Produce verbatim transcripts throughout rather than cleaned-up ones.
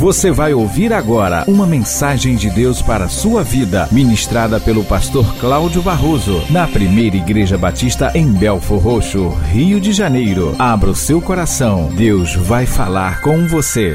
Você vai ouvir agora uma mensagem de Deus para a sua vida, ministrada pelo pastor Cláudio Barroso, na Primeira Igreja Batista em Belfor Roxo, Rio de Janeiro. Abra o seu coração, Deus vai falar com você.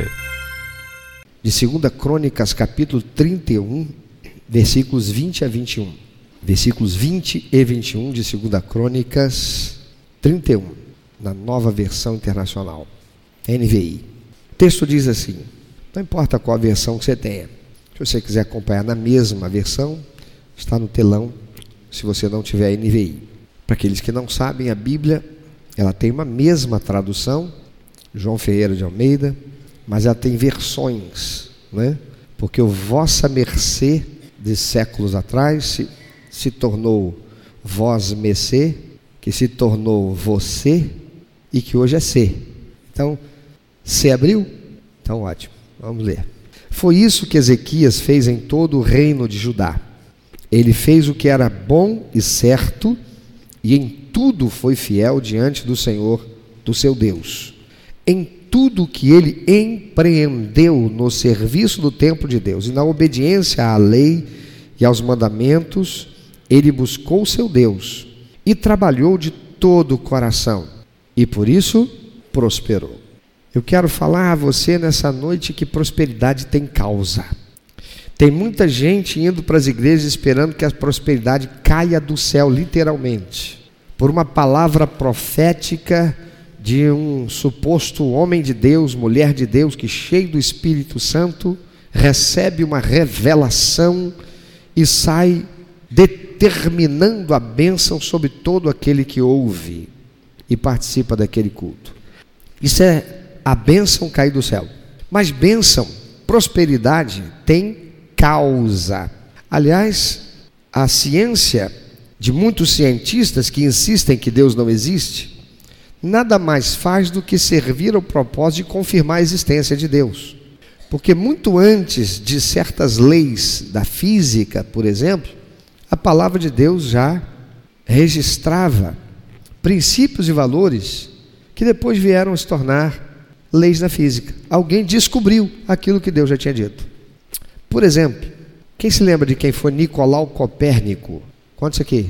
De segunda Crônicas, capítulo trinta e um, versículos vinte a vinte e um. Versículos vinte e vinte e um de segunda Crônicas trinta e um, na Nova Versão Internacional, N V I. O texto diz assim, não importa qual a versão que você tenha. Se você quiser acompanhar na mesma versão, está no telão, se você não tiver N V I. Para aqueles que não sabem, a Bíblia, ela tem uma mesma tradução, João Ferreira de Almeida, mas ela tem versões, né? Porque o vossa mercê de séculos atrás se, se tornou vós mercê, que se tornou você e que hoje é ser. Então, se abriu? Então ótimo, vamos ler. Foi isso que Ezequias fez em todo o reino de Judá. Ele fez o que era bom e certo, e em tudo foi fiel diante do Senhor, do seu Deus. Em tudo que ele empreendeu no serviço do templo de Deus e na obediência à lei e aos mandamentos, ele buscou o seu Deus e trabalhou de todo o coração, e por isso prosperou. Eu quero falar a você nessa noite que prosperidade tem causa. Tem muita gente indo para as igrejas esperando que a prosperidade caia do céu, literalmente, por uma palavra profética de um suposto homem de Deus, mulher de Deus, que cheio do Espírito Santo, recebe uma revelação e sai determinando a bênção sobre todo aquele que ouve e participa daquele culto. Isso é a bênção cair do céu. Mas bênção, prosperidade tem causa. Aliás, a ciência de muitos cientistas que insistem que Deus não existe, nada mais faz do que servir ao propósito de confirmar a existência de Deus. Porque muito antes de certas leis da física, por exemplo, a palavra de Deus já registrava princípios e valores que depois vieram se tornar leis da física. Alguém descobriu aquilo que Deus já tinha dito. Por exemplo, quem se lembra de quem foi Nicolau Copérnico? Conta isso aqui.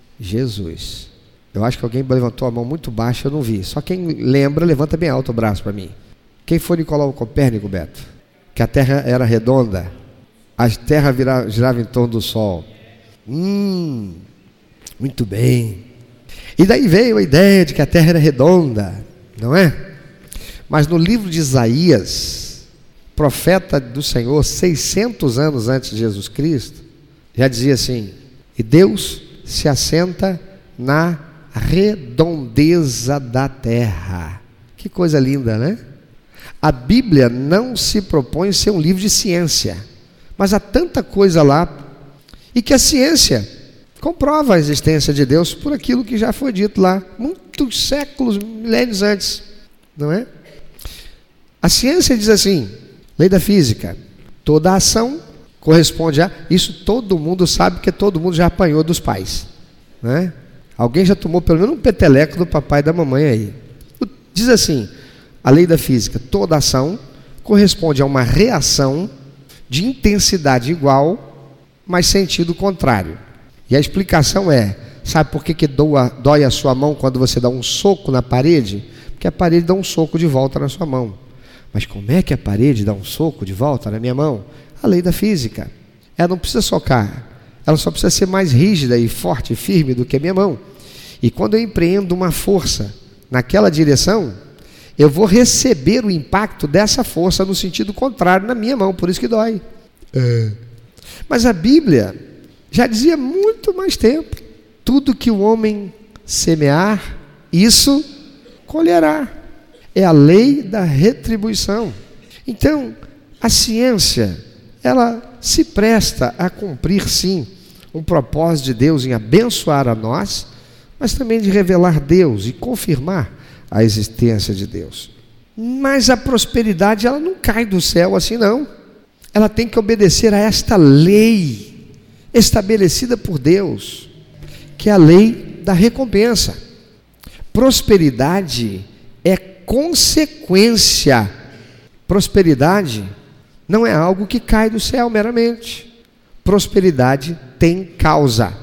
Jesus. Eu acho que alguém levantou a mão muito baixa, eu não vi. Só quem lembra, levanta bem alto o braço para mim. Quem foi Nicolau Copérnico, Beto? Que a Terra era redonda, a Terra virava, girava em torno do Sol. Hum, muito bem. E daí veio a ideia de que a Terra era redonda, não é? Mas no livro de Isaías, profeta do Senhor, seiscentos anos antes de Jesus Cristo, já dizia assim, e Deus se assenta na redondeza da terra. Que coisa linda, né? A Bíblia não se propõe ser um livro de ciência, mas há tanta coisa lá, e que a ciência comprova a existência de Deus por aquilo que já foi dito lá, muitos séculos, milênios antes, não é? A ciência diz assim, lei da física, toda ação corresponde a... Isso todo mundo sabe, que todo mundo já apanhou dos pais, né? Alguém já tomou pelo menos um peteleco do papai e da mamãe aí. Diz assim, a lei da física, toda ação corresponde a uma reação de intensidade igual, mas sentido contrário. E a explicação é, sabe por que, que doa, dói a sua mão quando você dá um soco na parede? Porque a parede dá um soco de volta na sua mão. Mas como é que a parede dá um soco de volta na minha mão? A lei da física. Ela não precisa socar, ela só precisa ser mais rígida e forte e firme do que a minha mão. E quando eu empreendo uma força naquela direção, eu vou receber o impacto dessa força no sentido contrário na minha mão, por isso que dói. É. Mas a Bíblia já dizia muito mais tempo, tudo que o homem semear, isso colherá. É a lei da retribuição. Então, a ciência, ela se presta a cumprir, sim, um propósito de Deus em abençoar a nós, mas também de revelar Deus e confirmar a existência de Deus. Mas a prosperidade, ela não cai do céu assim, não. Ela tem que obedecer a esta lei estabelecida por Deus, que é a lei da recompensa. Prosperidade é consequência. Prosperidade não é algo que cai do céu meramente. Prosperidade tem causa.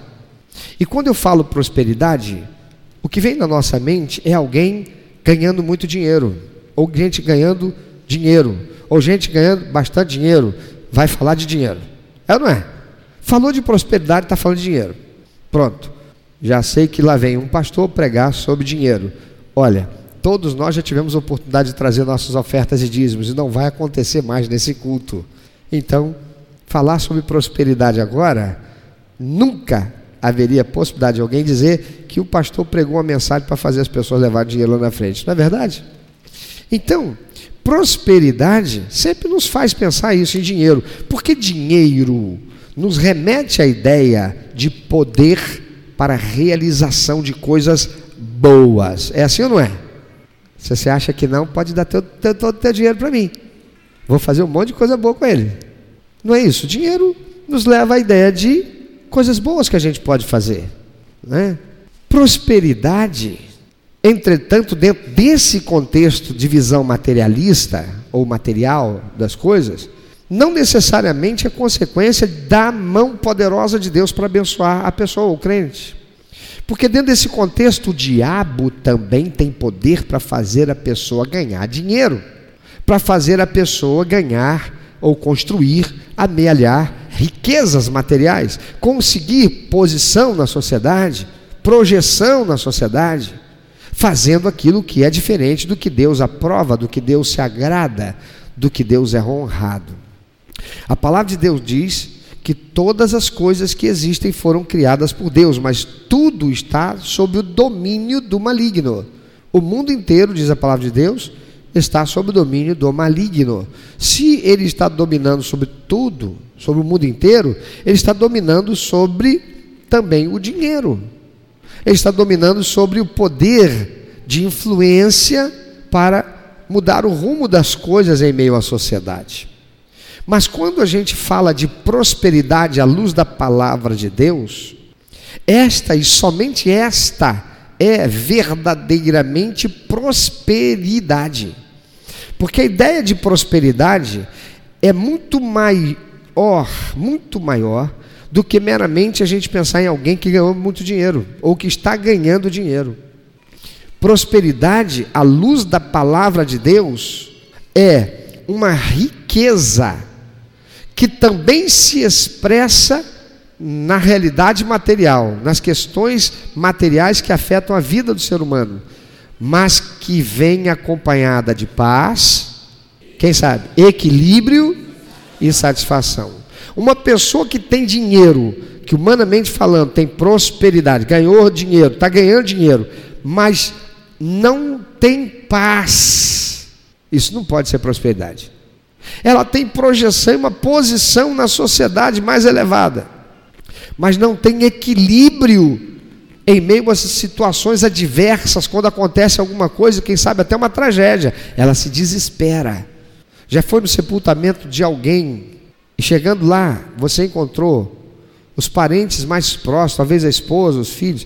E quando eu falo prosperidade, o que vem na nossa mente é alguém ganhando muito dinheiro, ou gente ganhando dinheiro, ou gente ganhando bastante dinheiro. Vai falar de dinheiro, é ou não é? Falou de prosperidade, está falando de dinheiro. Pronto, já sei que lá vem um pastor pregar sobre dinheiro. Olha, todos nós já tivemos a oportunidade de trazer nossas ofertas e dízimos, e não vai acontecer mais nesse culto. Então, falar sobre prosperidade agora, nunca haveria possibilidade de alguém dizer que o pastor pregou uma mensagem para fazer as pessoas levar dinheiro lá na frente. Não é verdade? Então, prosperidade sempre nos faz pensar isso em dinheiro, porque dinheiro nos remete à ideia de poder para a realização de coisas boas. É assim ou não é? Se você acha que não, pode dar todo o teu dinheiro para mim. Vou fazer um monte de coisa boa com ele. Não é isso? Dinheiro nos leva à ideia de coisas boas que a gente pode fazer, né? Prosperidade, entretanto, dentro desse contexto de visão materialista ou material das coisas, não necessariamente é consequência da mão poderosa de Deus para abençoar a pessoa, o crente. Porque dentro desse contexto, o diabo também tem poder para fazer a pessoa ganhar dinheiro, para fazer a pessoa ganhar ou construir, amealhar riquezas materiais, conseguir posição na sociedade, projeção na sociedade, fazendo aquilo que é diferente do que Deus aprova, do que Deus se agrada, do que Deus é honrado. A palavra de Deus diz que todas as coisas que existem foram criadas por Deus, mas tudo está sob o domínio do maligno. O mundo inteiro, diz a palavra de Deus, está sob o domínio do maligno. Se ele está dominando sobre tudo, sobre o mundo inteiro, ele está dominando sobre também o dinheiro. Ele está dominando sobre o poder de influência para mudar o rumo das coisas em meio à sociedade. Mas quando a gente fala de prosperidade à luz da palavra de Deus, esta e somente esta é verdadeiramente prosperidade. Porque a ideia de prosperidade é muito maior, muito maior do que meramente a gente pensar em alguém que ganhou muito dinheiro ou que está ganhando dinheiro. Prosperidade, à luz da palavra de Deus, é uma riqueza que também se expressa na realidade material, nas questões materiais que afetam a vida do ser humano, mas que vem acompanhada de paz, quem sabe, equilíbrio e satisfação. Uma pessoa que tem dinheiro, que humanamente falando tem prosperidade, ganhou dinheiro, está ganhando dinheiro, mas não tem paz, isso não pode ser prosperidade. Ela tem projeção e uma posição na sociedade mais elevada, mas não tem equilíbrio em meio a situações adversas. Quando acontece alguma coisa, quem sabe até uma tragédia, ela se desespera. Já foi no sepultamento de alguém e chegando lá, você encontrou os parentes mais próximos, talvez a esposa, os filhos,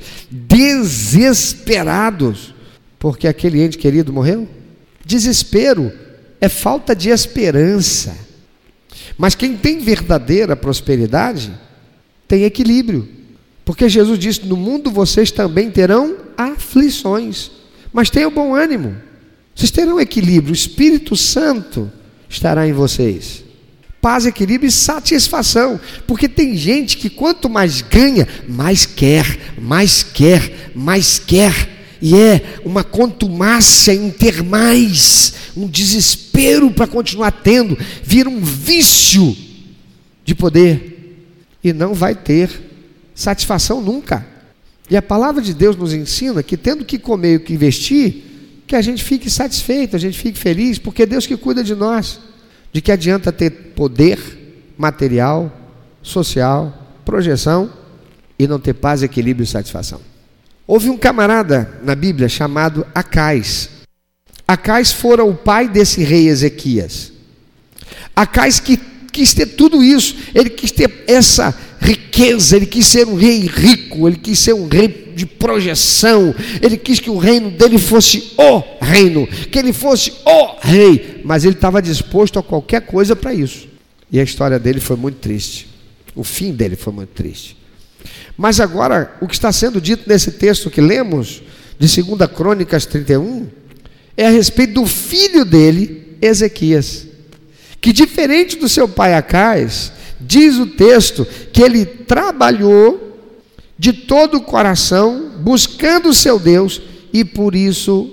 desesperados, porque aquele ente querido morreu? Desespero é falta de esperança. Mas quem tem verdadeira prosperidade tem equilíbrio, porque Jesus disse: no mundo vocês também terão aflições, mas tenham bom ânimo, vocês terão equilíbrio, o Espírito Santo estará em vocês. Paz, equilíbrio e satisfação, porque tem gente que quanto mais ganha, mais quer, mais quer, mais quer, e é uma contumácia em ter mais, um desespero para continuar tendo, vira um vício de poder, e não vai ter satisfação nunca. E a palavra de Deus nos ensina que tendo que comer e o que investir, que a gente fique satisfeito, a gente fique feliz, porque é Deus que cuida de nós. De que adianta ter poder material, social, projeção e não ter paz, equilíbrio e satisfação. Houve um camarada na Bíblia chamado Acais. Acais fora o pai desse rei Ezequias. Acais que quis ter tudo isso, ele quis ter essa riqueza, ele quis ser um rei rico, ele quis ser um rei de projeção, ele quis que o reino dele fosse o reino, que ele fosse o rei, mas ele estava disposto a qualquer coisa para isso. E a história dele foi muito triste, o fim dele foi muito triste. Mas agora, o que está sendo dito nesse texto que lemos, de segunda Crônicas trinta e um, é a respeito do filho dele, Ezequias, que diferente do seu pai Acais, diz o texto que ele trabalhou de todo o coração, buscando o seu Deus, e por isso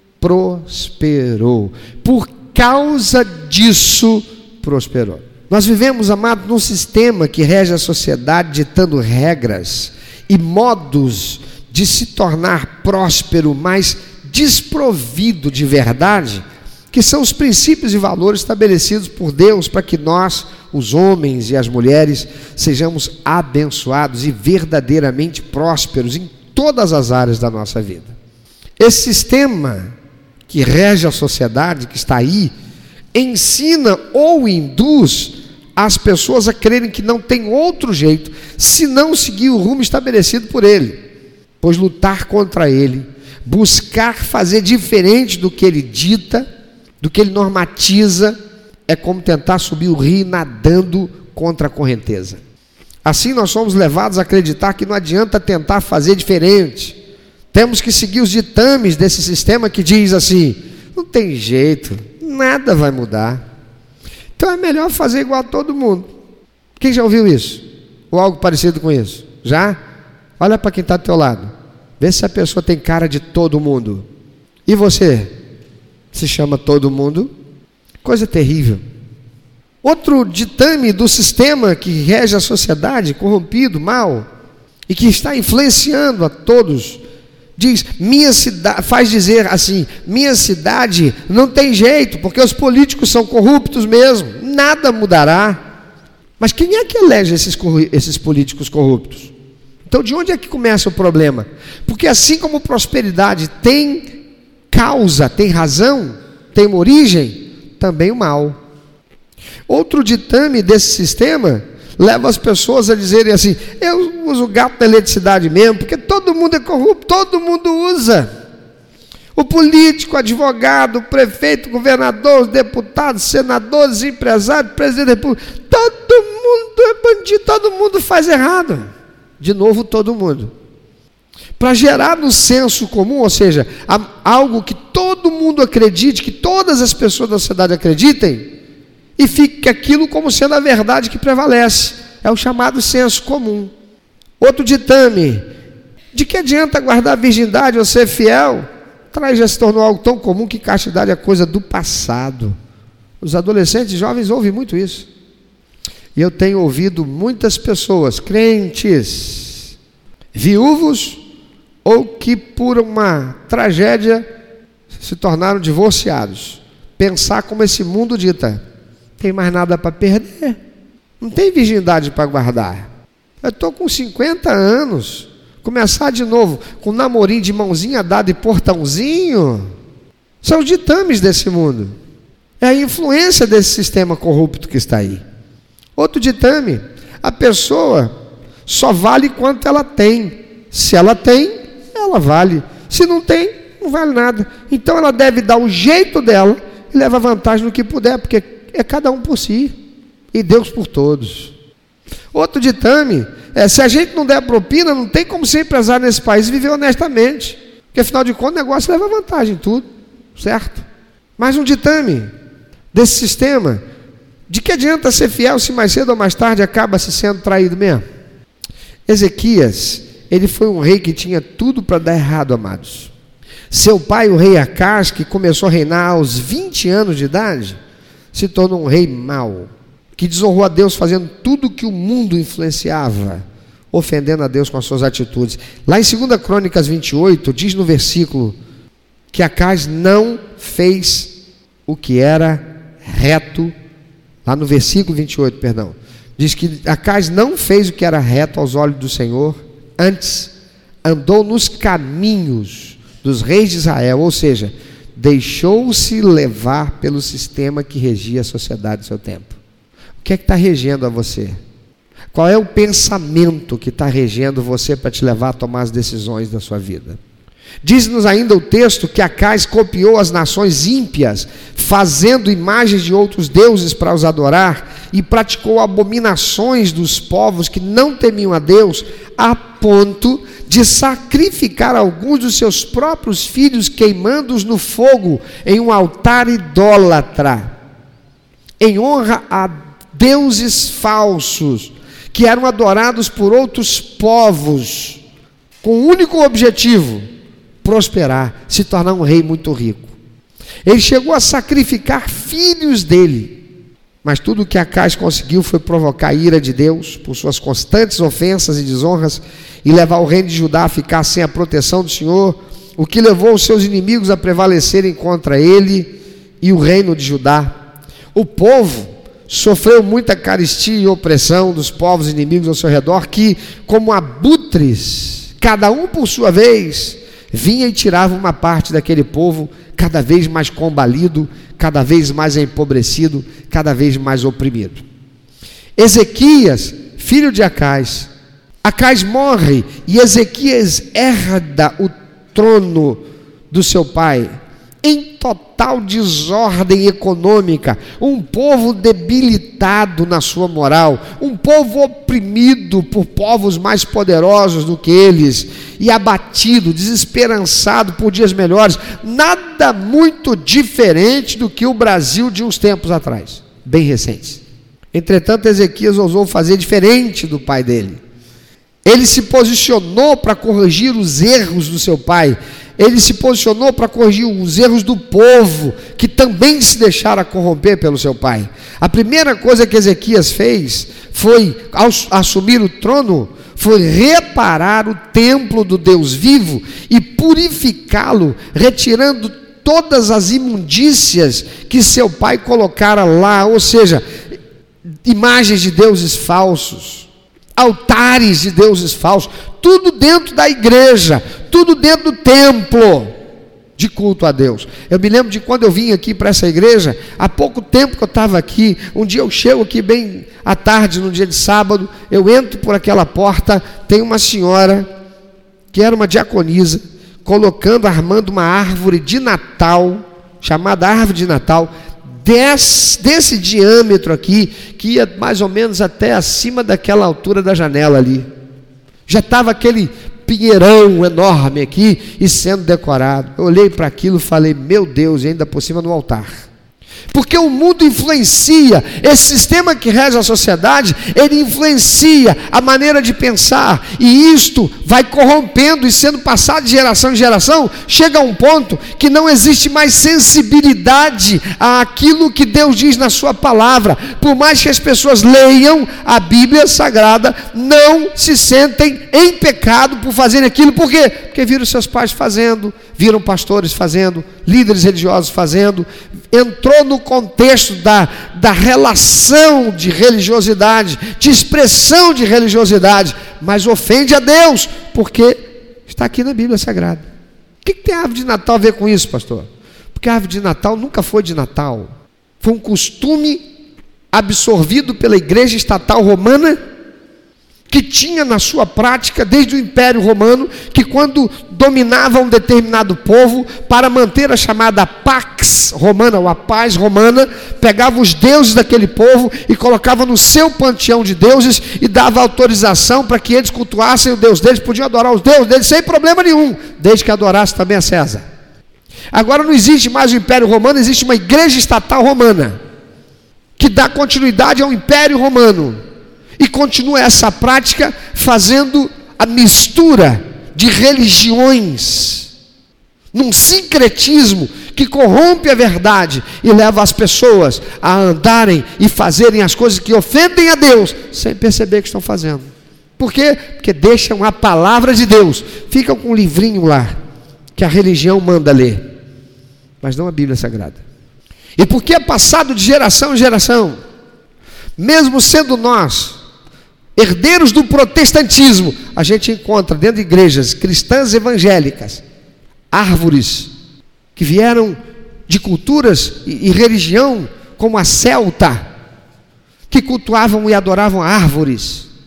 prosperou. Por causa disso, prosperou. Nós vivemos, amado, num sistema que rege a sociedade, ditando regras e modos de se tornar próspero, mas desprovido de verdade, que são os princípios e valores estabelecidos por Deus para que nós, os homens e as mulheres, sejamos abençoados e verdadeiramente prósperos em todas as áreas da nossa vida. Esse sistema que rege a sociedade, que está aí, ensina ou induz as pessoas a crerem que não tem outro jeito senão seguir o rumo estabelecido por ele, pois lutar contra ele, buscar fazer diferente do que ele dita, do que ele normatiza, é como tentar subir o rio nadando contra a correnteza. Assim nós somos levados a acreditar que não adianta tentar fazer diferente, temos que seguir os ditames desse sistema que diz assim: não tem jeito, nada vai mudar, então é melhor fazer igual a todo mundo. Quem já ouviu isso? Ou algo parecido com isso? Já? Olha para quem está do teu lado, vê se a pessoa tem cara de todo mundo. E você? Se chama todo mundo? Coisa terrível. Outro ditame do sistema que rege a sociedade, corrompido, mal, e que está influenciando a todos, diz, minha cidade, faz dizer assim, minha cidade não tem jeito, porque os políticos são corruptos mesmo, nada mudará. Mas quem é que elege esses, esses políticos corruptos? Então de onde é que começa o problema? Porque assim como prosperidade tem causa, tem razão, tem uma origem, também o mal. Outro ditame desse sistema leva as pessoas a dizerem assim: eu uso o gato da eletricidade mesmo, porque todo mundo é corrupto, todo mundo usa. O político, o advogado, o prefeito, o governador, os deputados, senadores, empresários, presidente da república, todo mundo é bandido, todo mundo faz errado. De novo, todo mundo. Para gerar no senso comum, ou seja, algo que todo mundo acredite, que todas as pessoas da sociedade acreditem, e fique aquilo como sendo a verdade que prevalece. É o chamado senso comum. Outro ditame: de que adianta guardar a virgindade ou ser fiel? Traz, já se tornou algo tão comum que castidade é coisa do passado. Os adolescentes e jovens ouvem muito isso. E eu tenho ouvido muitas pessoas, crentes, viúvos, ou que por uma tragédia se tornaram divorciados, pensar como esse mundo dita: não tem mais nada para perder, não tem virgindade para guardar, eu estou com cinquenta anos, começar de novo com um namorinho de mãozinha dada e portãozinho. São os ditames desse mundo, é a influência desse sistema corrupto que está aí. Outro ditame: a pessoa só vale quanto ela tem, se ela tem, ela vale, se não tem, não vale nada. Então ela deve dar o jeito dela e leva vantagem no que puder, porque é cada um por si e Deus por todos. Outro ditame é: se a gente não der propina, não tem como ser empresário nesse país e viver honestamente, porque afinal de contas o negócio leva vantagem em tudo, certo? Mais um ditame desse sistema: de que adianta ser fiel se mais cedo ou mais tarde acaba se sendo traído mesmo? Ezequias, ele foi um rei que tinha tudo para dar errado, amados. Seu pai, o rei Acás, que começou a reinar aos vinte anos de idade, se tornou um rei mau, que desonrou a Deus fazendo tudo que o mundo influenciava, ofendendo a Deus com as suas atitudes. Lá em segunda Crônicas vinte e oito, diz no versículo que Acás não fez o que era reto. Lá no versículo vinte e oito, perdão, diz que Acás não fez o que era reto aos olhos do Senhor, antes andou nos caminhos dos reis de Israel, ou seja, deixou-se levar pelo sistema que regia a sociedade do seu tempo. O que é que está regendo a você? Qual é o pensamento que está regendo você para te levar a tomar as decisões da sua vida? Diz-nos ainda o texto que Acais copiou as nações ímpias, fazendo imagens de outros deuses para os adorar, e praticou abominações dos povos que não temiam a Deus, a ponto de sacrificar alguns dos seus próprios filhos, queimando-os no fogo em um altar idólatra, em honra a deuses falsos, que eram adorados por outros povos, com o único objetivo: prosperar, se tornar um rei muito rico. Ele chegou a sacrificar filhos dele, mas tudo o que Acais conseguiu foi provocar a ira de Deus por suas constantes ofensas e desonras, e levar o reino de Judá a ficar sem a proteção do Senhor, o que levou os seus inimigos a prevalecerem contra ele e o reino de Judá. O povo sofreu muita carestia e opressão dos povos inimigos ao seu redor, que, como abutres, cada um por sua vez, vinha e tirava uma parte daquele povo, cada vez mais combalido, cada vez mais empobrecido, cada vez mais oprimido. Ezequias, filho de Acais, Acais morre e Ezequias herda o trono do seu pai, em total desordem econômica, um povo debilitado na sua moral, um povo oprimido por povos mais poderosos do que eles, e abatido, desesperançado por dias melhores, nada muito diferente do que o Brasil de uns tempos atrás, bem recentes. Entretanto, Ezequias ousou fazer diferente do pai dele. Ele se posicionou para corrigir os erros do seu pai. Ele se posicionou para corrigir os erros do povo, que também se deixaram corromper pelo seu pai. A primeira coisa que Ezequias fez foi, ao assumir o trono, foi reparar o templo do Deus vivo e purificá-lo, retirando todas as imundícias que seu pai colocara lá, ou seja, imagens de deuses falsos, altares de deuses falsos, tudo dentro da igreja, tudo dentro do templo de culto a Deus. Eu me lembro de quando eu vim aqui para essa igreja, há pouco tempo que eu estava aqui, um dia eu chego aqui bem à tarde, num dia de sábado, eu entro por aquela porta, tem uma senhora, que era uma diaconisa, colocando, armando uma árvore de Natal, chamada árvore de Natal, Desse, desse diâmetro aqui, que ia mais ou menos até acima daquela altura da janela ali. Já estava aquele pinheirão enorme aqui e sendo decorado. Eu olhei para aquilo e falei: meu Deus, e ainda por cima no altar. Porque o mundo influencia, esse sistema que rege a sociedade, ele influencia a maneira de pensar, e isto vai corrompendo e sendo passado de geração em geração, chega a um ponto que não existe mais sensibilidade àquilo que Deus diz na sua palavra. Por mais que as pessoas leiam a Bíblia Sagrada, não se sentem em pecado por fazerem aquilo. Por quê? Porque viram seus pais fazendo, viram pastores fazendo, líderes religiosos fazendo, entrou no contexto da, da relação de religiosidade, de expressão de religiosidade, mas ofende a Deus, porque está aqui na Bíblia Sagrada. O que, que tem a árvore de Natal a ver com isso, pastor? Porque a árvore de Natal nunca foi de Natal, foi um costume absorvido pela igreja estatal romana, que tinha na sua prática, desde o Império Romano, que quando dominava um determinado povo, para manter a chamada Pax Romana, ou a paz romana, pegava os deuses daquele povo e colocava no seu panteão de deuses e dava autorização para que eles cultuassem o Deus deles, podiam adorar os deuses deles sem problema nenhum, desde que adorassem também a César. Agora não existe mais o Império Romano, existe uma igreja estatal romana, que dá continuidade ao Império Romano, e continua essa prática, fazendo a mistura de religiões, num sincretismo que corrompe a verdade e leva as pessoas a andarem e fazerem as coisas que ofendem a Deus, sem perceber que estão fazendo. Por quê? Porque deixam a palavra de Deus, ficam com um livrinho lá, que a religião manda ler, mas não a Bíblia Sagrada. E porque é passado de geração em geração, mesmo sendo nós herdeiros do protestantismo, a gente encontra dentro de igrejas cristãs evangélicas árvores que vieram de culturas e, e religião como a celta, que cultuavam e adoravam árvores,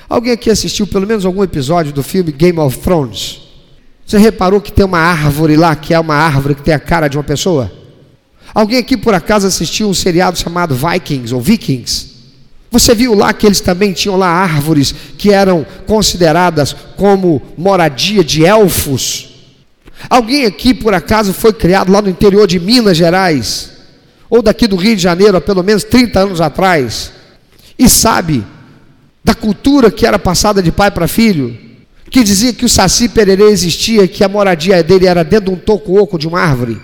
Alguém aqui assistiu pelo menos algum episódio do filme Game of Thrones? Você reparou que tem uma árvore lá, que é uma árvore que tem a cara de uma pessoa? Alguém aqui por acaso assistiu um seriado chamado Vikings ou Vikings? Você viu lá que eles também tinham lá árvores que eram consideradas como moradia de elfos? Alguém aqui por acaso foi criado lá no interior de Minas Gerais, ou daqui do Rio de Janeiro há pelo menos trinta anos atrás, e sabe da cultura que era passada de pai para filho, que dizia que o Saci Pererê existia, que a moradia dele era dentro de um toco oco de uma árvore?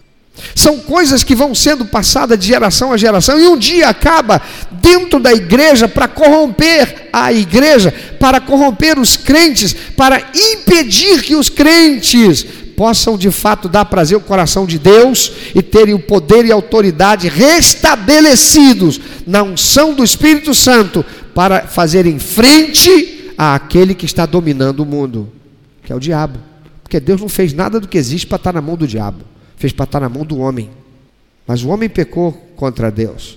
São coisas que vão sendo passadas de geração a geração, e um dia acaba dentro da igreja para corromper a igreja, para corromper os crentes, para impedir que os crentes possam de fato dar prazer ao coração de Deus e terem o poder e a autoridade restabelecidos na unção do Espírito Santo para fazerem frente àquele que está dominando o mundo, que é o diabo. Porque Deus não fez nada do que existe para estar na mão do diabo, fez para estar na mão do homem. Mas o homem pecou contra Deus,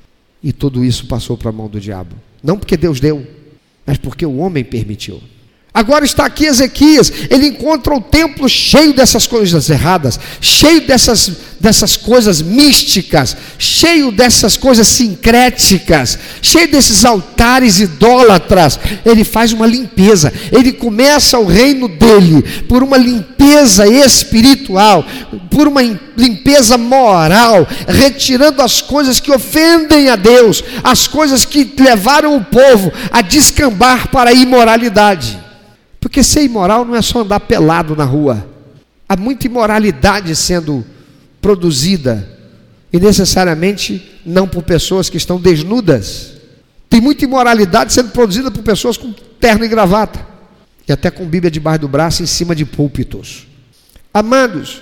e tudo isso passou para a mão do diabo. Não porque Deus deu, mas porque o homem permitiu. Agora está aqui Ezequias, ele encontra o templo cheio dessas coisas erradas, cheio dessas, dessas coisas místicas, cheio dessas coisas sincréticas, cheio desses altares idólatras. Ele faz uma limpeza, ele começa o reino dele por uma limpeza espiritual, por uma limpeza moral, retirando as coisas que ofendem a Deus, as coisas que levaram o povo a descambar para a imoralidade. Porque ser imoral não é só andar pelado na rua. Há muita imoralidade sendo produzida, e necessariamente não por pessoas que estão desnudas. Tem muita imoralidade sendo produzida por pessoas com terno e gravata, e até com Bíblia debaixo do braço, em cima de púlpitos. Amados,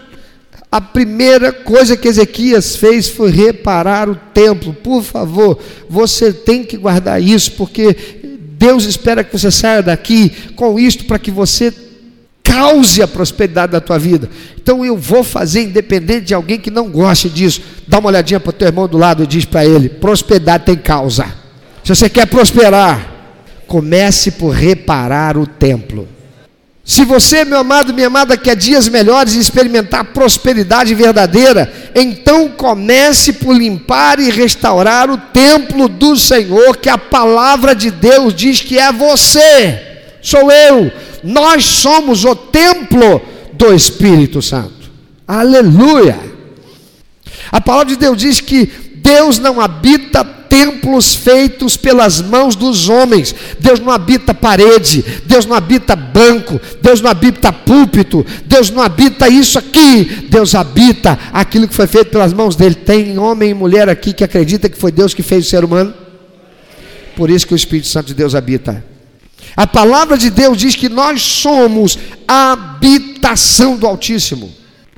a primeira coisa que Ezequias fez foi reparar o templo. Por favor, você tem que guardar isso, porque Deus espera que você saia daqui com isto para que você cause a prosperidade da tua vida. Então eu vou fazer, independente de alguém que não goste disso. Dá uma olhadinha para o teu irmão do lado e diz para ele: prosperidade tem causa. Se você quer prosperar, comece por reparar o templo. Se você, meu amado, minha amada, quer dias melhores e experimentar prosperidade verdadeira, então comece por limpar e restaurar o templo do Senhor, que a palavra de Deus diz que é você, sou eu, nós somos o templo do Espírito Santo. Aleluia! A palavra de Deus diz que Deus não habita templos feitos pelas mãos dos homens. Deus não habita parede, Deus não habita banco, Deus não habita púlpito, Deus não habita isso aqui. Deus habita aquilo que foi feito pelas mãos dele. Tem homem e mulher aqui que acredita que foi Deus que fez o ser humano? Por isso que o Espírito Santo de Deus habita. A palavra de Deus diz que nós somos a habitação do Altíssimo.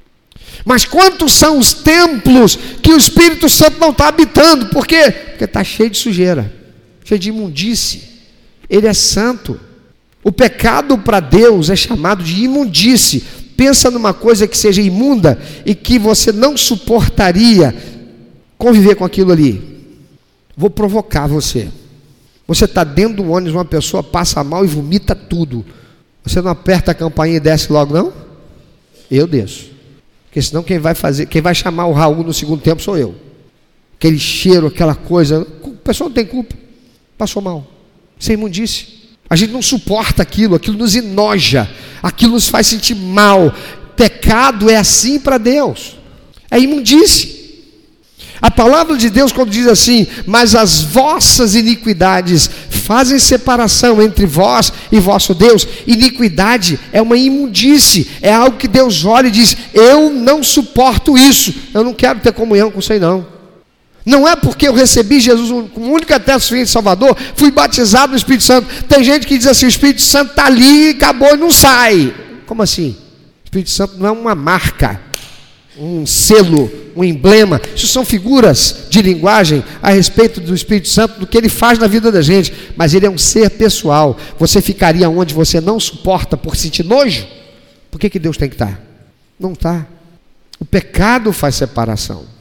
Mas quantos são os templos que o Espírito Santo não está habitando? Por quê? Porque está cheio de sujeira, cheio de imundície. Ele é santo. O pecado para Deus é chamado de imundície. Pensa numa coisa que seja imunda e que você não suportaria conviver com aquilo ali. Vou provocar você. Você está dentro do ônibus, uma pessoa passa mal e vomita tudo. Você não aperta a campainha e desce logo, não? Eu desço. Porque senão quem vai fazer, quem vai chamar o Raul no segundo tempo sou eu. Aquele cheiro, aquela coisa, a pessoa não tem culpa, passou mal, isso é imundície. A gente não suporta aquilo, aquilo nos enoja, aquilo nos faz sentir mal. Pecado é assim para Deus, é imundície. A palavra de Deus, quando diz assim: mas as vossas iniquidades fazem separação entre vós e vosso Deus. Iniquidade é uma imundície, é algo que Deus olha e diz: eu não suporto isso, eu não quero ter comunhão com você não. Não é porque eu recebi Jesus como único eterno suficiente Salvador, fui batizado no Espírito Santo. Tem gente que diz assim: o Espírito Santo está ali, acabou e não sai. Como assim? O Espírito Santo não é uma marca, um selo, um emblema. Isso são figuras de linguagem a respeito do Espírito Santo, do que ele faz na vida da gente. Mas ele é um ser pessoal. Você ficaria onde você não suporta por sentir nojo? Por que que Deus tem que estar? Não está. O pecado faz separação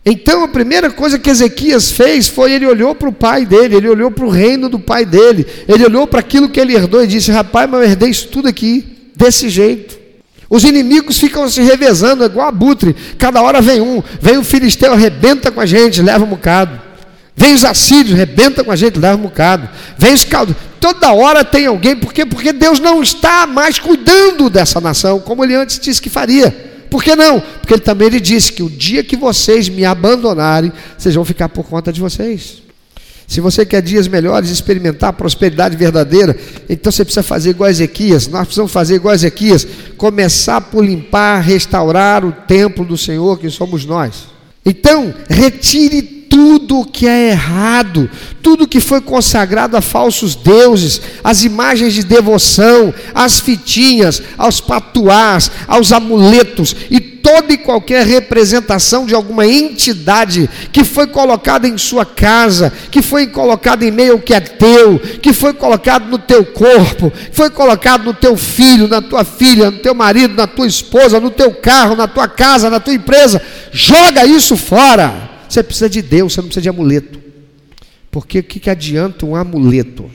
Então a primeira coisa que Ezequias fez foi, ele olhou para o pai dele, ele olhou para o reino do pai dele, ele olhou para aquilo que ele herdou e disse: rapaz, mas eu herdei isso tudo aqui, desse jeito. Os inimigos ficam se revezando, é igual abutre, cada hora vem um, vem o filisteu, arrebenta com a gente, leva um bocado. Vem os assírios, arrebenta com a gente, leva um bocado. Vem os caldos, toda hora tem alguém, por quê? Porque Deus não está mais cuidando dessa nação, como ele antes disse que faria. Por que não? Porque ele também ele disse que o dia que vocês me abandonarem, vocês vão ficar por conta de vocês. Se você quer dias melhores, experimentar a prosperidade verdadeira, então você precisa fazer igual a Ezequias. Nós precisamos fazer igual a Ezequias, começar por limpar, restaurar o templo do Senhor, que somos nós. Então, retire tudo que é errado, tudo que foi consagrado a falsos deuses, as imagens de devoção, as fitinhas, aos patuás, aos amuletos e toda e qualquer representação de alguma entidade que foi colocada em sua casa, que foi colocada em meio ao que é teu, que foi colocado no teu corpo, foi colocado no teu filho, na tua filha, no teu marido, na tua esposa, no teu carro, na tua casa, na tua empresa. Joga isso fora. Você precisa de Deus, você não precisa de amuleto. Porque o que, que adianta um amuleto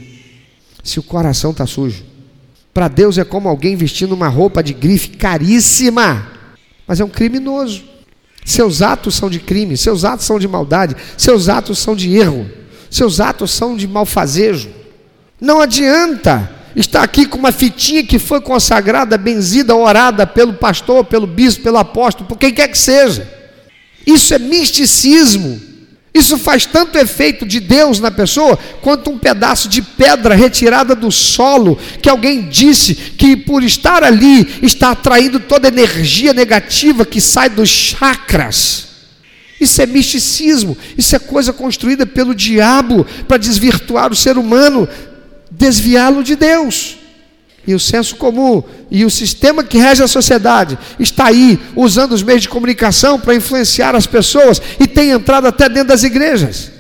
se o coração está sujo? Para Deus é como alguém vestindo uma roupa de grife caríssima, mas é um criminoso. Seus atos são de crime, seus atos são de maldade, seus atos são de erro, seus atos são de malfazejo. Não adianta estar aqui com uma fitinha que foi consagrada, benzida, orada pelo pastor, pelo bispo, pelo apóstolo, por quem quer que seja. Isso é misticismo. Isso faz tanto efeito de Deus na pessoa quanto um pedaço de pedra retirada do solo, que alguém disse que por estar ali está atraindo toda a energia negativa que sai dos chakras. Isso é misticismo. Isso é coisa construída pelo diabo para desvirtuar o ser humano, desviá-lo de Deus. E o senso comum e o sistema que rege a sociedade está aí usando os meios de comunicação para influenciar as pessoas e tem entrado até dentro das igrejas.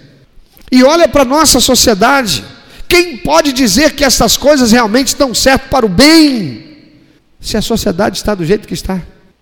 E olha para a nossa sociedade, quem pode dizer que essas coisas realmente estão certas para o bem, se a sociedade está do jeito que está?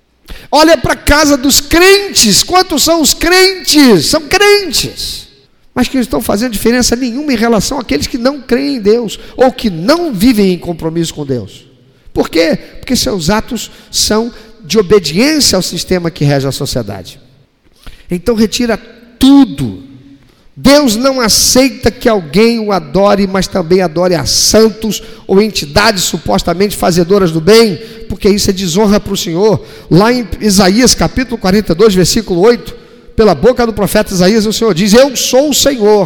Olha para a casa dos crentes, quantos são os crentes? São crentes, mas que não estão fazendo diferença nenhuma em relação àqueles que não creem em Deus, ou que não vivem em compromisso com Deus. Por quê? Porque seus atos são de obediência ao sistema que rege a sociedade. Então retira tudo. Deus não aceita que alguém o adore, mas também adore a santos ou entidades supostamente fazedoras do bem, porque isso é desonra para o Senhor. Lá em Isaías capítulo quarenta e dois, versículo oito, pela boca do profeta Isaías, o Senhor diz: eu sou o Senhor,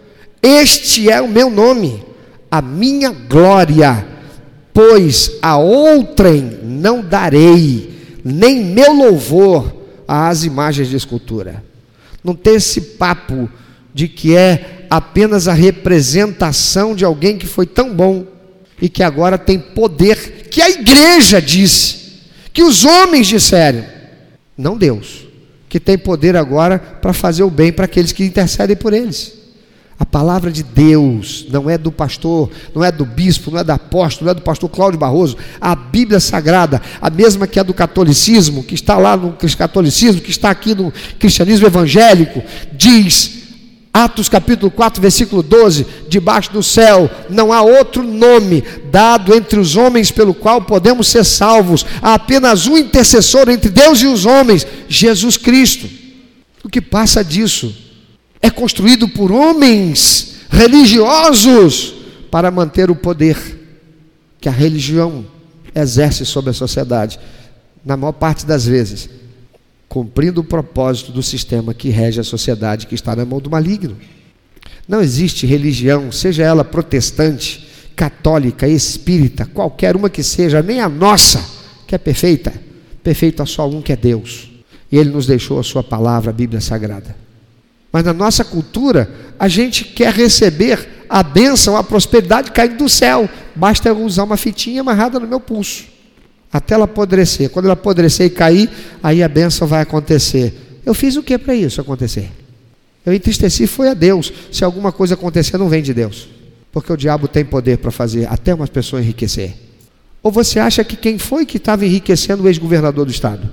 este é o meu nome, a minha glória, pois a outrem não darei, nem meu louvor às imagens de escultura. Não tem esse papo de que é apenas a representação de alguém que foi tão bom e que agora tem poder, que a igreja disse, que os homens disseram, não Deus, que tem poder agora para fazer o bem para aqueles que intercedem por eles. A palavra de Deus não é do pastor, não é do bispo, não é do apóstolo, não é do pastor Cláudio Barroso. A Bíblia Sagrada, a mesma que é do catolicismo, que está lá no catolicismo, que está aqui no cristianismo evangélico, diz, Atos capítulo quatro, versículo doze, debaixo do céu não há outro nome dado entre os homens pelo qual podemos ser salvos. Há apenas um intercessor entre Deus e os homens, Jesus Cristo. O que passa disso é construído por homens religiosos para manter o poder que a religião exerce sobre a sociedade, na maior parte das vezes cumprindo o propósito do sistema que rege a sociedade, que está na mão do maligno. Não existe religião, seja ela protestante, católica, espírita, qualquer uma que seja, nem a nossa, que é perfeita. Perfeito há só um, que é Deus. E Ele nos deixou a sua palavra, a Bíblia Sagrada. Mas na nossa cultura, a gente quer receber a bênção, a prosperidade caindo do céu. Basta eu usar uma fitinha amarrada no meu pulso, até ela apodrecer. Quando ela apodrecer e cair, aí a bênção vai acontecer. Eu fiz o que para isso acontecer? Eu entristeci, foi a Deus. Se alguma coisa acontecer, não vem de Deus, porque o diabo tem poder para fazer até umas pessoas enriquecer. Ou você acha que quem foi que estava enriquecendo o ex-governador do estado?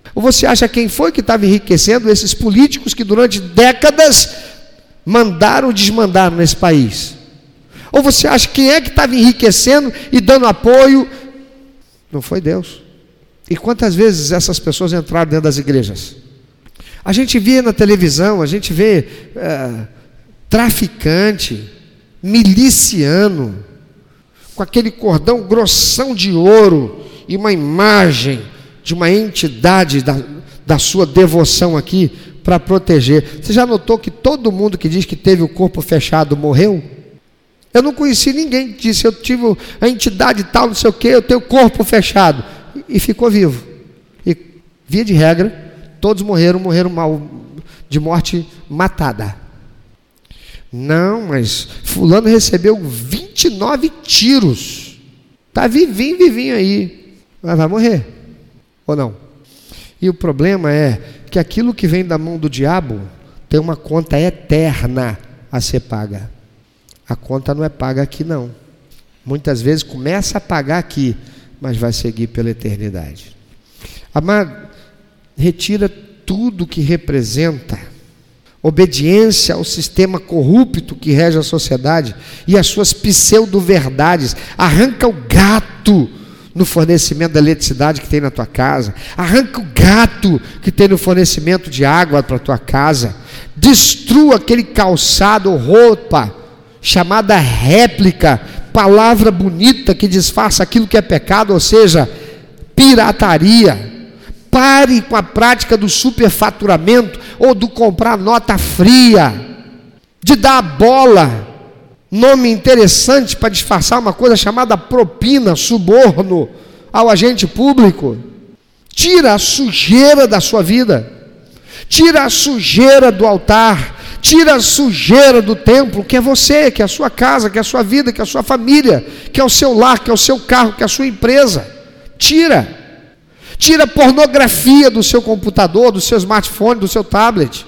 Ou você acha quem foi que estava enriquecendo? Esses políticos que durante décadas mandaram desmandar nesse país. Ou você acha quem é que estava enriquecendo e dando apoio? Não foi Deus. E quantas vezes essas pessoas entraram dentro das igrejas? A gente vê na televisão, a gente vê é, traficante, miliciano, com aquele cordão grossão de ouro e uma imagem de uma entidade da, da sua devoção aqui para proteger. Você já notou que todo mundo que diz que teve o corpo fechado morreu? Eu não conheci ninguém que disse, eu tive a entidade tal, não sei o que, eu tenho o corpo fechado. E ficou vivo. E, via de regra, todos morreram, morreram mal, de morte matada. Não, mas fulano recebeu vinte e nove tiros. Está vivinho, vivinho aí. Mas vai morrer. Ou não? E o problema é que aquilo que vem da mão do diabo tem uma conta eterna a ser paga. A conta não é paga aqui não. Muitas vezes começa a pagar aqui, mas vai seguir pela eternidade. Amado, retira tudo que representa obediência ao sistema corrupto que rege a sociedade e as suas pseudo-verdades. Arranca o gato no fornecimento da eletricidade que tem na tua casa. Arranca o gato que tem no fornecimento de água para a tua casa. Destrua aquele calçado ou roupa chamada réplica, palavra bonita que disfarça aquilo que é pecado, ou seja, pirataria. Pare com a prática do superfaturamento ou do comprar nota fria, de dar a bola, nome interessante para disfarçar uma coisa chamada propina, suborno ao agente público. Tira a sujeira da sua vida, tira a sujeira do altar, tira a sujeira do templo, que é você, que é a sua casa, que é a sua vida, que é a sua família, que é o seu lar, que é o seu carro, que é a sua empresa. Tira. Tira a pornografia do seu computador, do seu smartphone, do seu tablet.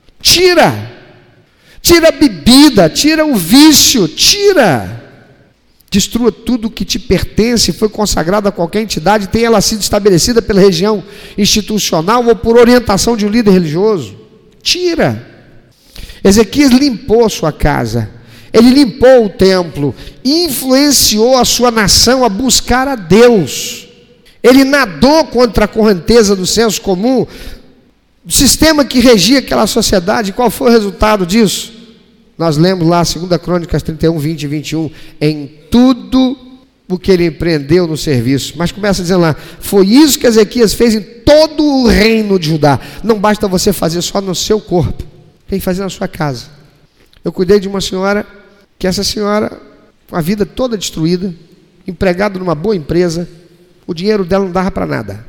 Tira. Tira a bebida, tira o vício, tira. Destrua tudo que te pertence, foi consagrado a qualquer entidade, tenha ela sido estabelecida pela região institucional ou por orientação de um líder religioso. Tira. Ezequias limpou a sua casa, ele limpou o templo, influenciou a sua nação a buscar a Deus. Ele nadou contra a correnteza do senso comum, do sistema que regia aquela sociedade. Qual foi o resultado disso? Nós lemos lá, segunda Crônicas trinta e um, vinte e vinte e um, em tudo o que ele empreendeu no serviço. Mas começa dizendo lá, foi isso que Ezequias fez em todo o reino de Judá. Não basta você fazer só no seu corpo, tem que fazer na sua casa. Eu cuidei de uma senhora, que essa senhora, com a vida toda destruída, empregada numa boa empresa, o dinheiro dela não dava para nada.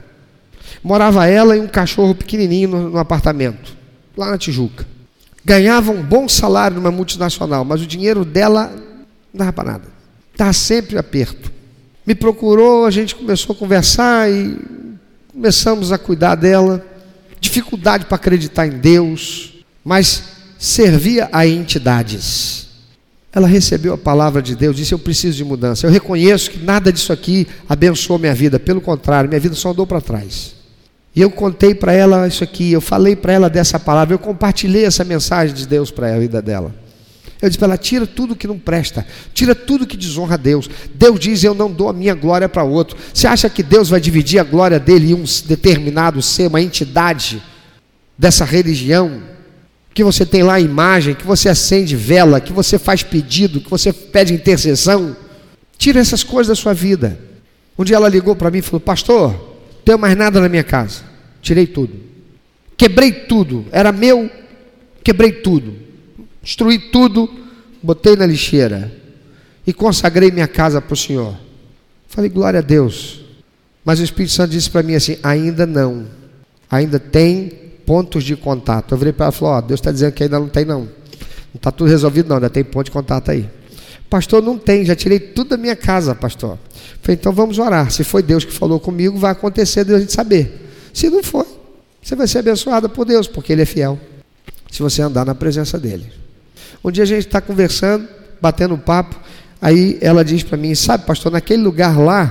Morava ela e um cachorro pequenininho no, no apartamento, lá na Tijuca. Ganhava um bom salário numa multinacional, mas o dinheiro dela não dava para nada. Estava sempre aperto. Me procurou, a gente começou a conversar e começamos a cuidar dela. Dificuldade para acreditar em Deus, mas servia a entidades. Ela recebeu a palavra de Deus, disse, eu preciso de mudança. Eu reconheço que nada disso aqui abençoou minha vida, pelo contrário, minha vida só andou para trás. E eu contei para ela isso aqui, eu falei para ela dessa palavra, eu compartilhei essa mensagem de Deus para a vida dela. Eu disse para ela, tira tudo que não presta, tira tudo que desonra a Deus. Deus diz, eu não dou a minha glória para outro. Você acha que Deus vai dividir a glória dele em um determinado ser, uma entidade dessa religião? Que você tem lá a imagem, que você acende vela, que você faz pedido, que você pede intercessão. Tira essas coisas da sua vida. Um dia ela ligou para mim e falou, pastor, não tenho mais nada na minha casa. Tirei tudo. Quebrei tudo. Era meu, quebrei tudo. Destruí tudo, botei na lixeira. E consagrei minha casa para o Senhor. Falei, glória a Deus. Mas o Espírito Santo disse para mim assim, ainda não. Ainda tem pontos de contato. Eu virei para ela e falei, ó, Deus está dizendo que ainda não tem não. Não está tudo resolvido não, ainda tem ponto de contato aí. Pastor, não tem, já tirei tudo da minha casa, pastor. Falei, então vamos orar. Se foi Deus que falou comigo, vai acontecer de a gente saber. Se não for, você vai ser abençoada por Deus, porque Ele é fiel. Se você andar na presença dEle. Um dia a gente está conversando, batendo papo, aí ela diz para mim, sabe pastor, naquele lugar lá,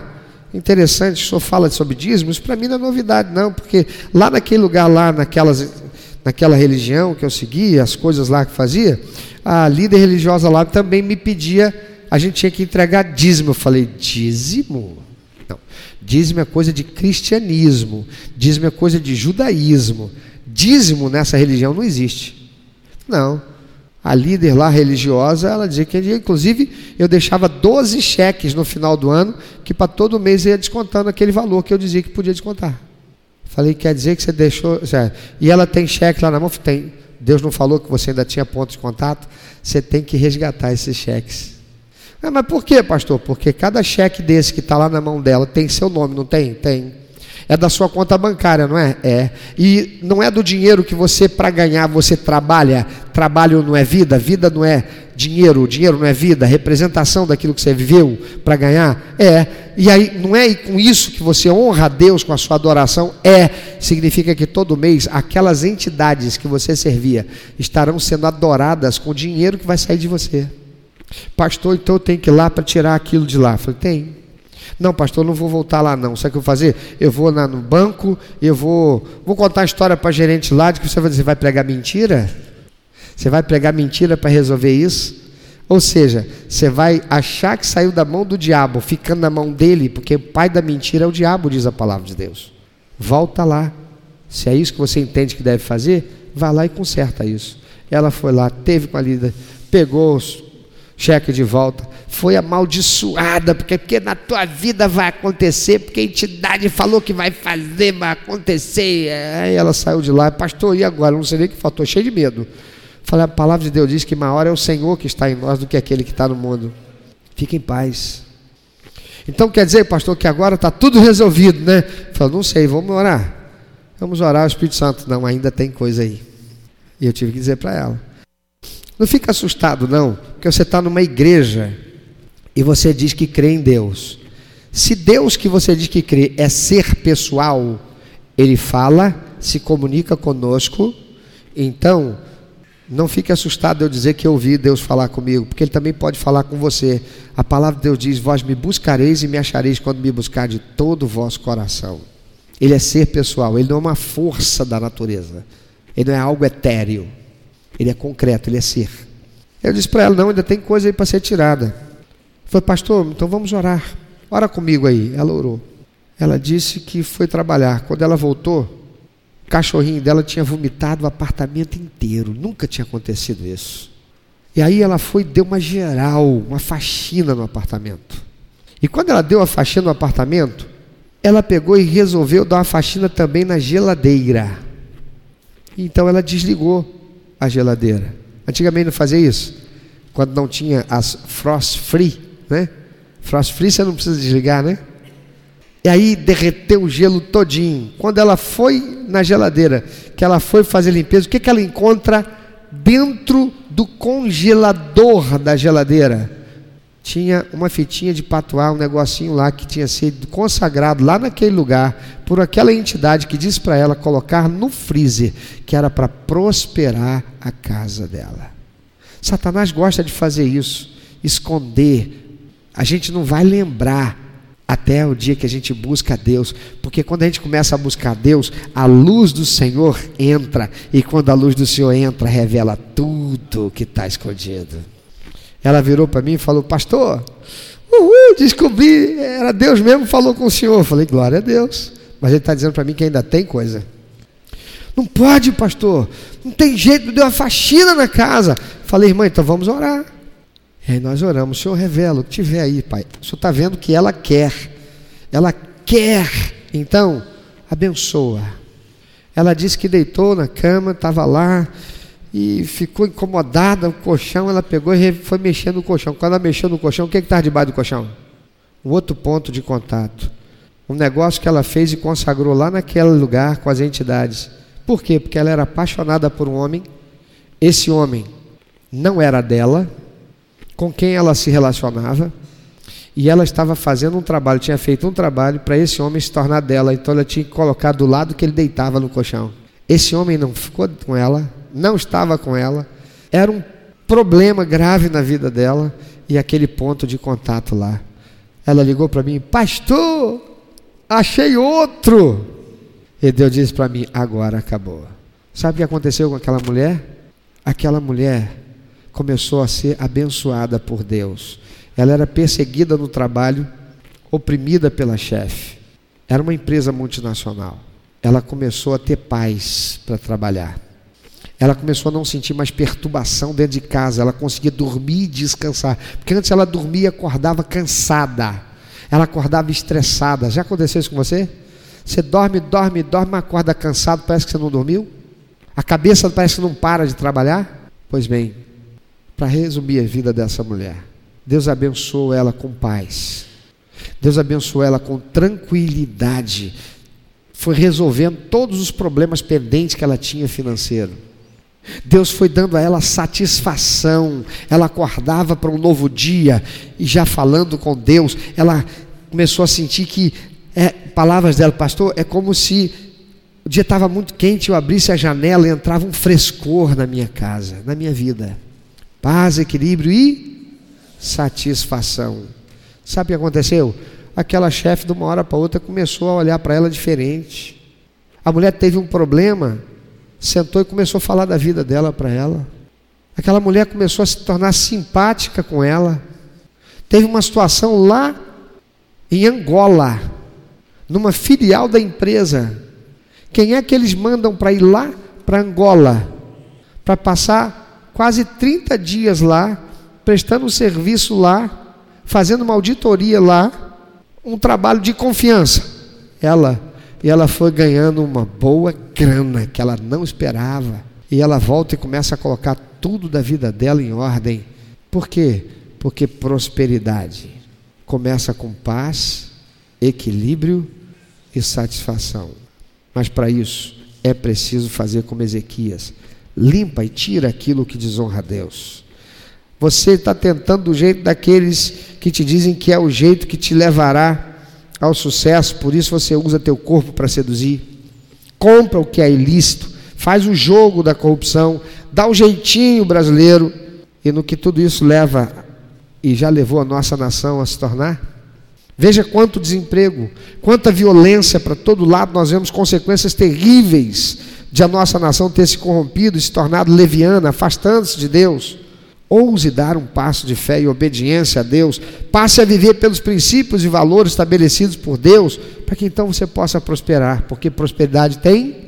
interessante, o senhor fala sobre dízimo, isso para mim não é novidade não, porque lá naquele lugar, lá naquelas, naquela religião que eu seguia, as coisas lá que fazia, a líder religiosa lá também me pedia, a gente tinha que entregar dízimo. Eu falei, dízimo? Não, dízimo é coisa de cristianismo, dízimo é coisa de judaísmo, dízimo nessa religião não existe. Não, a líder lá religiosa, ela dizia que, inclusive, eu deixava doze cheques no final do ano, que para todo mês ia descontando aquele valor que eu dizia que podia descontar. Falei, quer dizer que você deixou... E ela tem cheque lá na mão? Tem. Deus não falou que você ainda tinha ponto de contato? Você tem que resgatar esses cheques. Ah, mas por quê, pastor? Porque cada cheque desse que está lá na mão dela tem seu nome, não tem? Tem. É da sua conta bancária, não é? É. E não é do dinheiro que você, para ganhar, você trabalha. Trabalho não é vida, vida não é dinheiro, dinheiro não é vida, representação daquilo que você viveu para ganhar? É. E aí, não é com isso que você honra a Deus com a sua adoração? É. Significa que todo mês, aquelas entidades que você servia estarão sendo adoradas com o dinheiro que vai sair de você. Pastor, então eu tenho que ir lá para tirar aquilo de lá. Eu falei, tem. Não, pastor, não vou voltar lá não. Sabe o que eu vou fazer? Eu vou lá no banco, eu vou, vou contar a história para a gerente lá, de que você vai dizer, vai pregar mentira? Você vai pregar mentira para resolver isso? Ou seja, você vai achar que saiu da mão do diabo, ficando na mão dele, porque o pai da mentira é o diabo, diz a palavra de Deus. Volta lá. Se é isso que você entende que deve fazer, vai lá e conserta isso. Ela foi lá, teve com a líder, pegou os cheque de volta, foi amaldiçoada, porque, porque na tua vida vai acontecer, porque a entidade falou que vai fazer, vai acontecer. Aí ela saiu de lá, pastor, e agora? Não sei nem o que faltou, cheio de medo. Falei, a palavra de Deus diz que maior é o Senhor que está em nós do que aquele que está no mundo. Fique em paz. Então quer dizer, pastor, que agora está tudo resolvido, né? Falei, não sei, vamos orar. Vamos orar ao Espírito Santo. Não, ainda tem coisa aí. E eu tive que dizer para ela. Não fica assustado não, porque você está numa igreja e você diz que crê em Deus. Se Deus que você diz que crê é ser pessoal, Ele fala, se comunica conosco, então não fique assustado de eu dizer que eu ouvi Deus falar comigo, porque Ele também pode falar com você. A palavra de Deus diz, vós me buscareis e me achareis quando me buscar de todo o vosso coração. Ele é ser pessoal, Ele não é uma força da natureza, Ele não é algo etéreo. Ele é concreto, ele é ser. Eu disse para ela, não, ainda tem coisa aí para ser tirada. Falei, pastor, então vamos orar. Ora comigo aí. Ela orou. Ela disse que foi trabalhar. Quando ela voltou, o cachorrinho dela tinha vomitado o apartamento inteiro. Nunca tinha acontecido isso. E aí ela foi e deu uma geral, uma faxina no apartamento. E quando ela deu a faxina no apartamento, ela pegou e resolveu dar uma faxina também na geladeira. Então ela desligou a geladeira. Antigamente não fazia isso, quando não tinha as frost free, né? Frost free você não precisa desligar, né? E aí derreteu o gelo todinho. Quando ela foi na geladeira, que ela foi fazer limpeza, o que que ela encontra dentro do congelador da geladeira? Tinha uma fitinha de patuá, um negocinho lá que tinha sido consagrado lá naquele lugar por aquela entidade que disse para ela colocar no freezer, que era para prosperar a casa dela. Satanás gosta de fazer isso, esconder. A gente não vai lembrar até o dia que a gente busca a Deus, porque quando a gente começa a buscar a Deus, a luz do Senhor entra, e quando a luz do Senhor entra, revela tudo que está escondido. Ela virou para mim e falou, pastor, uhul, descobri, era Deus mesmo que falou com o senhor. Eu falei, glória a Deus, mas ele está dizendo para mim que ainda tem coisa. Não pode, pastor, não tem jeito, deu uma faxina na casa. Falei, irmã, então vamos orar. E aí nós oramos, o Senhor revela o que tiver aí, pai. O Senhor está vendo que ela quer, ela quer, então abençoa. Ela disse que deitou na cama, estava lá, e ficou incomodada, o colchão, ela pegou e foi mexendo no colchão. Quando ela mexeu no colchão, o que estava debaixo do colchão? Um outro ponto de contato. Um negócio que ela fez e consagrou lá naquele lugar com as entidades. Por quê? Porque ela era apaixonada por um homem. Esse homem não era dela, com quem ela se relacionava, e ela estava fazendo um trabalho, tinha feito um trabalho para esse homem se tornar dela. Então ela tinha que colocar do lado que ele deitava no colchão. Esse homem não ficou com ela, não estava com ela, era um problema grave na vida dela, e aquele ponto de contato lá. Ela ligou para mim: pastor, achei outro. E Deus disse para mim: agora acabou. Sabe o que aconteceu com aquela mulher? Aquela mulher começou a ser abençoada por Deus. Ela era perseguida no trabalho, oprimida pela chefe. Era uma empresa multinacional. Ela começou a ter paz para trabalhar. Ela começou a não sentir mais perturbação dentro de casa. Ela conseguia dormir e descansar. Porque antes ela dormia e acordava cansada. Ela acordava estressada. Já aconteceu isso com você? Você dorme, dorme, dorme, mas acorda cansado, parece que você não dormiu? A cabeça parece que não para de trabalhar? Pois bem, para resumir a vida dessa mulher, Deus abençoou ela com paz. Deus abençoou ela com tranquilidade. Foi resolvendo todos os problemas pendentes que ela tinha financeiro. Deus foi dando a ela satisfação. Ela acordava para um novo dia e já falando com Deus, ela começou a sentir que, é, palavras dela: pastor, é como se o dia estava muito quente, eu abrisse a janela e entrava um frescor na minha casa, na minha vida. Paz, equilíbrio e satisfação. Sabe o que aconteceu? Aquela chefe de uma hora para outra começou a olhar para ela diferente. A mulher teve um problema, sentou e começou a falar da vida dela para ela. Aquela mulher começou a se tornar simpática com ela. Teve uma situação lá em Angola, numa filial da empresa. Quem é que eles mandam para ir lá para Angola? Para passar quase trinta dias lá, prestando um serviço lá, fazendo uma auditoria lá, um trabalho de confiança. Ela, e ela foi ganhando uma boa grana que ela não esperava. E ela volta e começa a colocar tudo da vida dela em ordem. Por quê? Porque prosperidade começa com paz, equilíbrio e satisfação. Mas para isso é preciso fazer como Ezequias: limpa e tira aquilo que desonra a Deus. Você está tentando do jeito daqueles que te dizem que é o jeito que te levará ao sucesso, por isso você usa teu corpo para seduzir, compra o que é ilícito, faz o jogo da corrupção, dá o jeitinho brasileiro, e no que tudo isso leva e já levou a nossa nação a se tornar? Veja quanto desemprego, quanta violência para todo lado. Nós vemos consequências terríveis de a nossa nação ter se corrompido e se tornado leviana, afastando-se de Deus. Ouse dar um passo de fé e obediência a Deus. Passe a viver pelos princípios e valores estabelecidos por Deus, para que então você possa prosperar, porque prosperidade tem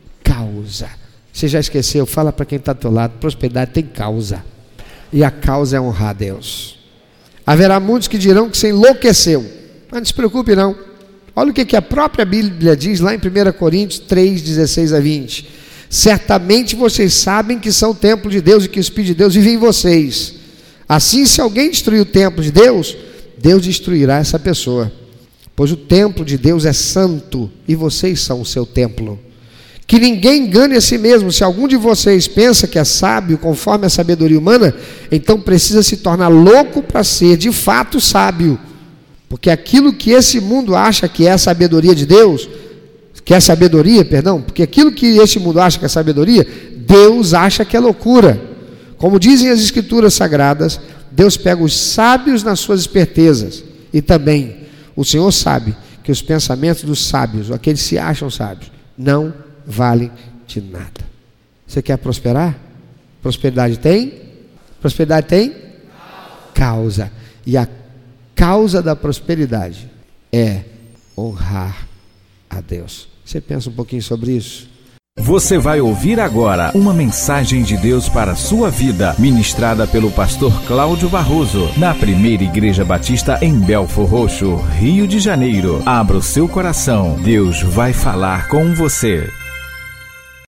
causa. Você já esqueceu? Fala para quem está ao teu lado: prosperidade tem causa, e a causa é honrar a Deus. Haverá muitos que dirão que você enlouqueceu, mas não se preocupe não. Olha o que, que a própria Bíblia diz lá em primeira Coríntios três, dezesseis a vinte. Certamente vocês sabem que são o templo de Deus e que o Espírito de Deus vive em vocês. Assim, se alguém destruir o templo de Deus, Deus destruirá essa pessoa. Pois o templo de Deus é santo e vocês são o seu templo. Que ninguém engane a si mesmo. Se algum de vocês pensa que é sábio conforme a sabedoria humana, então precisa se tornar louco para ser de fato sábio. Porque aquilo que esse mundo acha que é a sabedoria de Deus, que é sabedoria, perdão, porque aquilo que este mundo acha que é sabedoria, Deus acha que é loucura. Como dizem as Escrituras Sagradas, Deus pega os sábios nas suas espertezas, e também o Senhor sabe que os pensamentos dos sábios, ou aqueles que se acham sábios, não valem de nada. Você quer prosperar? Prosperidade tem? Prosperidade tem? Causa. E a causa da prosperidade é honrar a Deus. Você pensa um pouquinho sobre isso? Você vai ouvir agora uma mensagem de Deus para a sua vida, ministrada pelo pastor Cláudio Barroso, na Primeira Igreja Batista em Belfor Roxo, Rio de Janeiro. Abra o seu coração, Deus vai falar com você.